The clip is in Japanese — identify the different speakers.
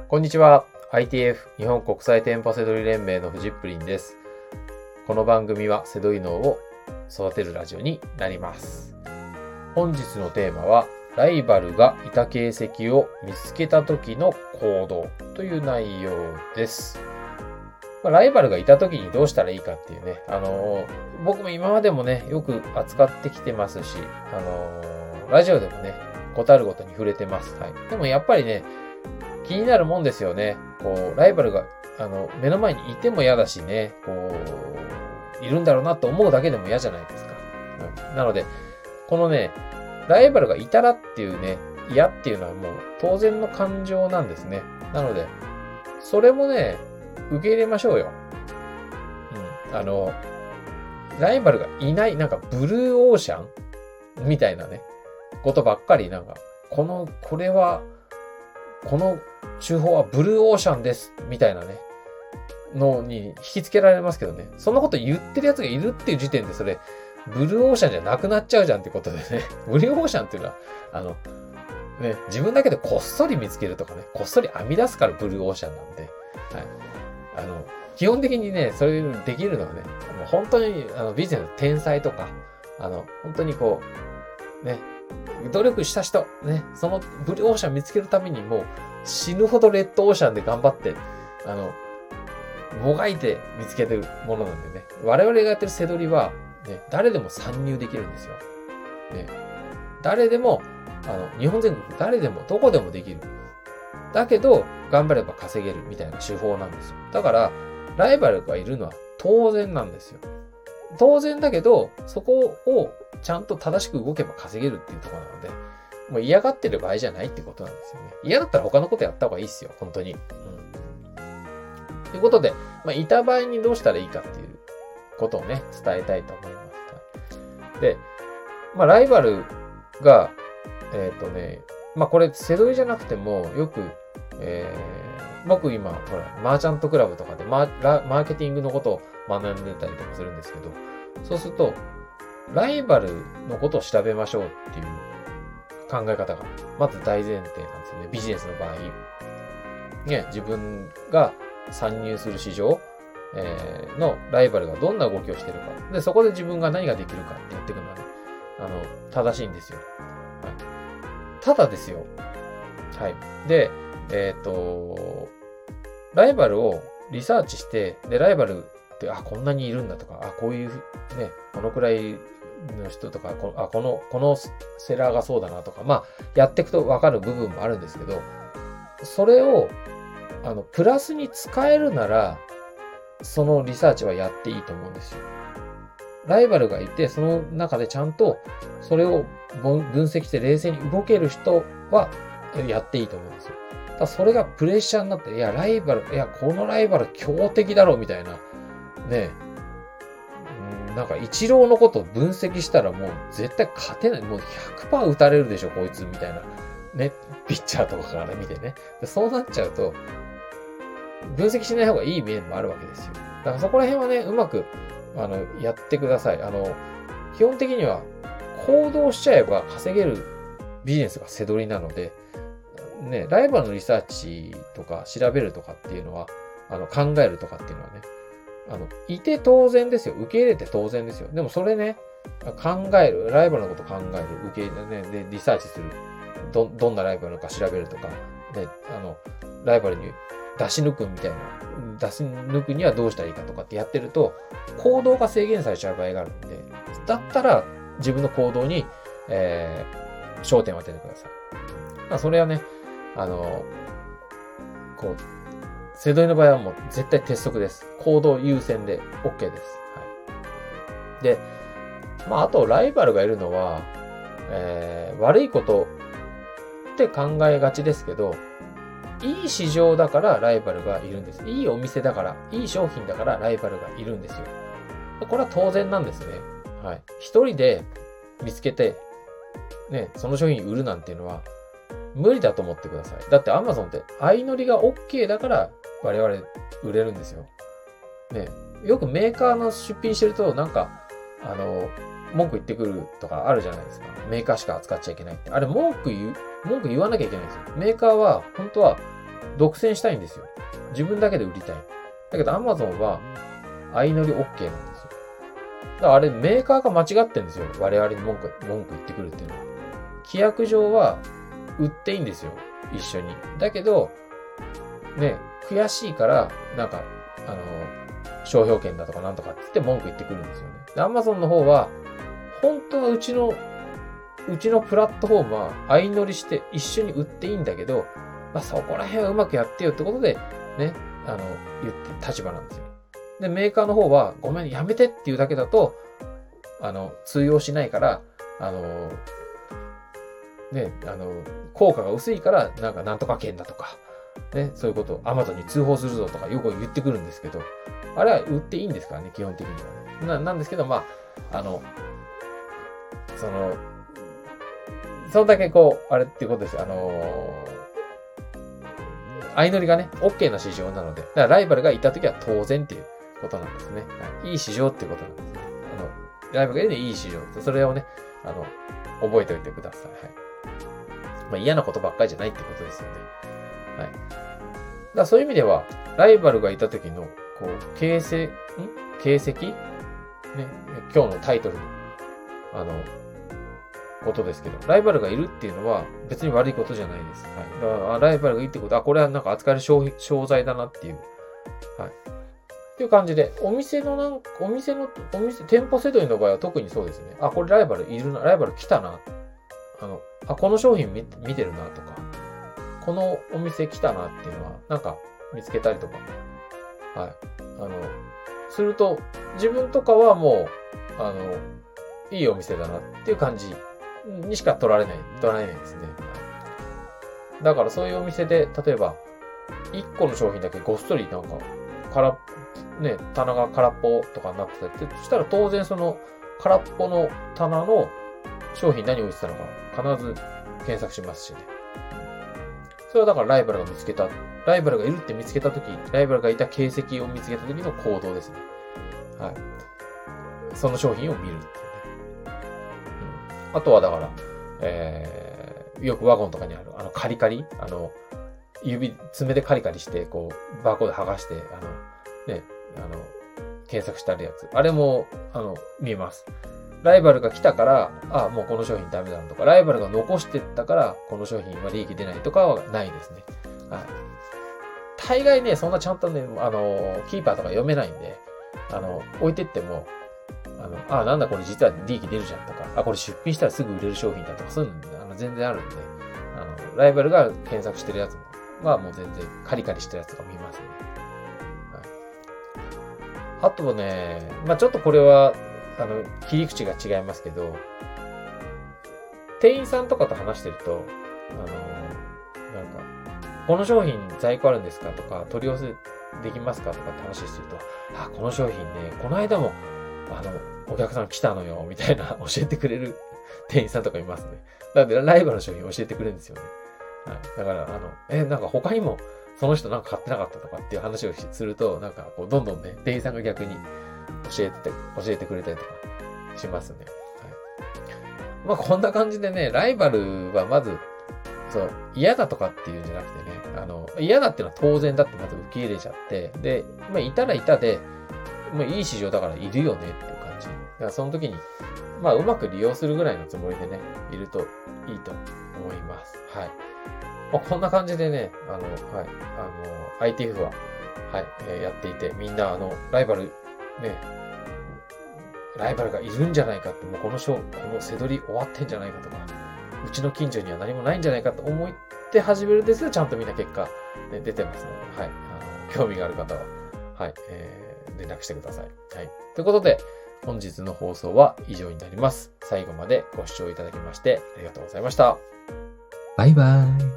Speaker 1: こんにちは。ITF 日本国際店舗セドリ連盟のフジップリンです。この番組はセドリ脳を育てるラジオになります。本日のテーマはライバルがいた形跡を見つけた時の行動という内容です。ライバルがいた時にどうしたらいいかっていうね、僕も今までもね、よく扱ってきてますし、ラジオでもね、ことあるごとに触れてます。はい。でもやっぱりね、気になるもんですよね。ライバルが、目の前にいても嫌だしね、いるんだろうなと思うだけでも嫌じゃないですか。なので、このね、ライバルがいたらっていうね、嫌っていうのはもう当然の感情なんですね。なので、それもね、受け入れましょうよ。ライバルがいない、なんかブルーオーシャンみたいなね、ことばっかり、この手法はブルーオーシャンです、みたいなね、のに引きつけられますけどね、そんなこと言ってる奴がいるっていう時点でそれ、ブルーオーシャンじゃなくなっちゃうじゃんってことでね、ブルーオーシャンっていうのは、自分だけでこっそり見つけるとかね、こっそり編み出すからブルーオーシャンなんで、はい。基本的にね、そういうのできるのはね、もう本当に、ビジネスの天才とか、本当にね、努力した人、ね、そのブルーオーシャン見つけるためにもう死ぬほどレッドオーシャンで頑張って、もがいて見つけてるものなんでね、我々がやってるセドリは、ね、誰でも参入できるんですよ。ね、誰でも、日本全国誰でもどこでもできる。だけど、頑張れば稼げるみたいな手法なんですよ。だから、ライバルがいるのは当然なんですよ。当然だけど、そこをちゃんと正しく動けば稼げるっていうところなので、もう嫌がってる場合じゃないってことなんですよね。嫌だったら他のことやった方がいいですよ、本当に。ということで、いた場合にどうしたらいいかっていうことをね、伝えたいと思います。で、ライバルが、これ、セドリじゃなくても、よく、僕今、ほら、マーチャントクラブとかでマーケティングのことを学んでたりとかするんですけど、そうすると、ライバルのことを調べましょうっていう考え方が、まず大前提なんですよね。ビジネスの場合。ね、自分が参入する市場、のライバルがどんな動きをしているか。で、そこで自分が何ができるかってやっていくのはね、正しいんですよ。はい。ただですよ。はい。で、ライバルをリサーチして、で、ライバルって、こんなにいるんだとか、こういう、ね、このくらいの人とか、このセラーがそうだなとか、やっていくとわかる部分もあるんですけど、それを、プラスに使えるなら、そのリサーチはやっていいと思うんですよ。ライバルがいて、その中でちゃんと、それを分析して冷静に動ける人は、やっていいと思うんですよ。ただそれがプレッシャーになって、このライバル強敵だろうみたいな、ね、イチローのことを分析したらもう絶対勝てない。もう 100% 打たれるでしょ、こいつ、みたいな。ね、ピッチャーとかから見てね。そうなっちゃうと、分析しない方がいい面もあるわけですよ。だからそこら辺はね、うまく、やってください。基本的には、行動しちゃえば稼げるビジネスがセドリなので、ね、ライバルのリサーチとか調べるとかっていうのは、考えるとかっていうのはね、いて当然ですよ。受け入れて当然ですよ。でもそれね、考える、ライバルのこと考える、受け入れね、で、リサーチする。どんなライバルのか調べるとか、で、ライバルに出し抜くみたいな、出し抜くにはどうしたらいいかとかってやってると、行動が制限されちゃう場合があるんで、だったら自分の行動に、焦点を当ててください。それはね、セドリの場合はもう絶対鉄則です。行動優先で OK です。はい。で、あとライバルがいるのは、悪いことって考えがちですけど、いい市場だからライバルがいるんです。いいお店だから、いい商品だからライバルがいるんですよ。これは当然なんですね。はい。一人で見つけて、ね、その商品売るなんていうのは無理だと思ってください。だって Amazon って相乗りが OK だから我々売れるんですよ。ね。よくメーカーの出品してると文句言ってくるとかあるじゃないですか。メーカーしか扱っちゃいけないって。あれ文句言わなきゃいけないんですよ。メーカーは本当は独占したいんですよ。自分だけで売りたい。だけど Amazon は相乗り OK なんですよ。だからあれメーカーが間違ってるんですよ。我々に文句言ってくるっていうのは。規約上は売っていいんですよ。一緒に。だけど、ね、悔しいから、なんか、商標権だとかなんとかって言って文句言ってくるんですよね。で、Amazon の方は、本当はうちのプラットフォームは相乗りして一緒に売っていいんだけど、まあ、そこら辺はうまくやってよってことで、ね、言って立場なんですよ。で、メーカーの方は、ごめん、やめてっていうだけだと、通用しないから、ね、効果が薄いから、なんとか権だとか、ね、そういうことを Amazon に通報するぞとかよく言ってくるんですけど、あれは売っていいんですからね、基本的にはね。なんですけど、まあ、そんだけこう、あれっていうことですよ。相乗りがね、OK な市場なので、だからライバルがいたときは当然っていうことなんですね。いい市場っていうことなんですね。ライバルがいるのいい市場。それをね、覚えておいてください。はい。まあ、嫌なことばっかりじゃないってことですよね。はい。だからそういう意味では、ライバルがいたときの、こう、形跡ね、今日のタイトルの、ことですけど、ライバルがいるっていうのは別に悪いことじゃないです。はい。だからライバルがいいってことは、これはなんか扱える商材だなっていう。はい。っていう感じで、店舗セドリの場合は特にそうですね。これライバルいるな、ライバル来たな。この商品見てるなとか、このお店来たなっていうのは、なんか見つけたりとか。はい。すると、自分とかはもう、いいお店だなっていう感じにしか取られないですね。だからそういうお店で、例えば、1個の商品だけごっそりなんか、棚が空っぽとかなくて、そしたら当然その空っぽの棚の商品何を売ってたのか必ず検索しますしね。それはだからライバルがいるって見つけたとき、ライバルがいた形跡を見つけたときの行動ですね。はい。その商品を見るっていうね。あとはだから、よくワゴンとかにある、カリカリ爪でカリカリして、こう、バーコード剥がして、検索してあるやつ。あれも、見えます。ライバルが来たから、もうこの商品ダメだなとか、ライバルが残してったから、この商品は利益出ないとかはないですね。はい。大概ね、そんなちゃんとね、キーパーとか読めないんで、置いてっても、なんだこれ実は利益出るじゃんとか、これ出品したらすぐ売れる商品だとか、そういうの、全然あるんで、ライバルが検索してるやつはもう全然カリカリしたやつが見ますね。はい。あとね、ちょっとこれは、切り口が違いますけど、店員さんとかと話してると、この商品在庫あるんですかとか、取り寄せできますかとかって話すると、この商品ね、この間も、お客さん来たのよ、みたいな教えてくれる店員さんとかいますね。なので、ライバルの商品教えてくれるんですよね。はい。だから、なんか他にも、その人なんか買ってなかったとかっていう話をすると、なんかこう、どんどんね、店員さんが逆に教えてくれたりとかしますね。はい。こんな感じでね、ライバルはまず、嫌だとかっていうんじゃなくてね、嫌だっていうのは当然だってまず受け入れちゃって、で、いたらいたで、いい市場だからいるよねっていう感じ。だからその時に、うまく利用するぐらいのつもりでね、いるといいと思います。はい。こんな感じでね、ITF は、はい、やっていて、みんなライバルがいるんじゃないかって、もうこの背取り終わってんじゃないかとか、うちの近所には何もないんじゃないかと思って始めるんですけど、ちゃんとみんな結果、出てますので、はい。興味がある方は、はい、連絡してください。はい。ということで、本日の放送は以上になります。最後までご視聴いただきましてありがとうございました。
Speaker 2: バイバイ。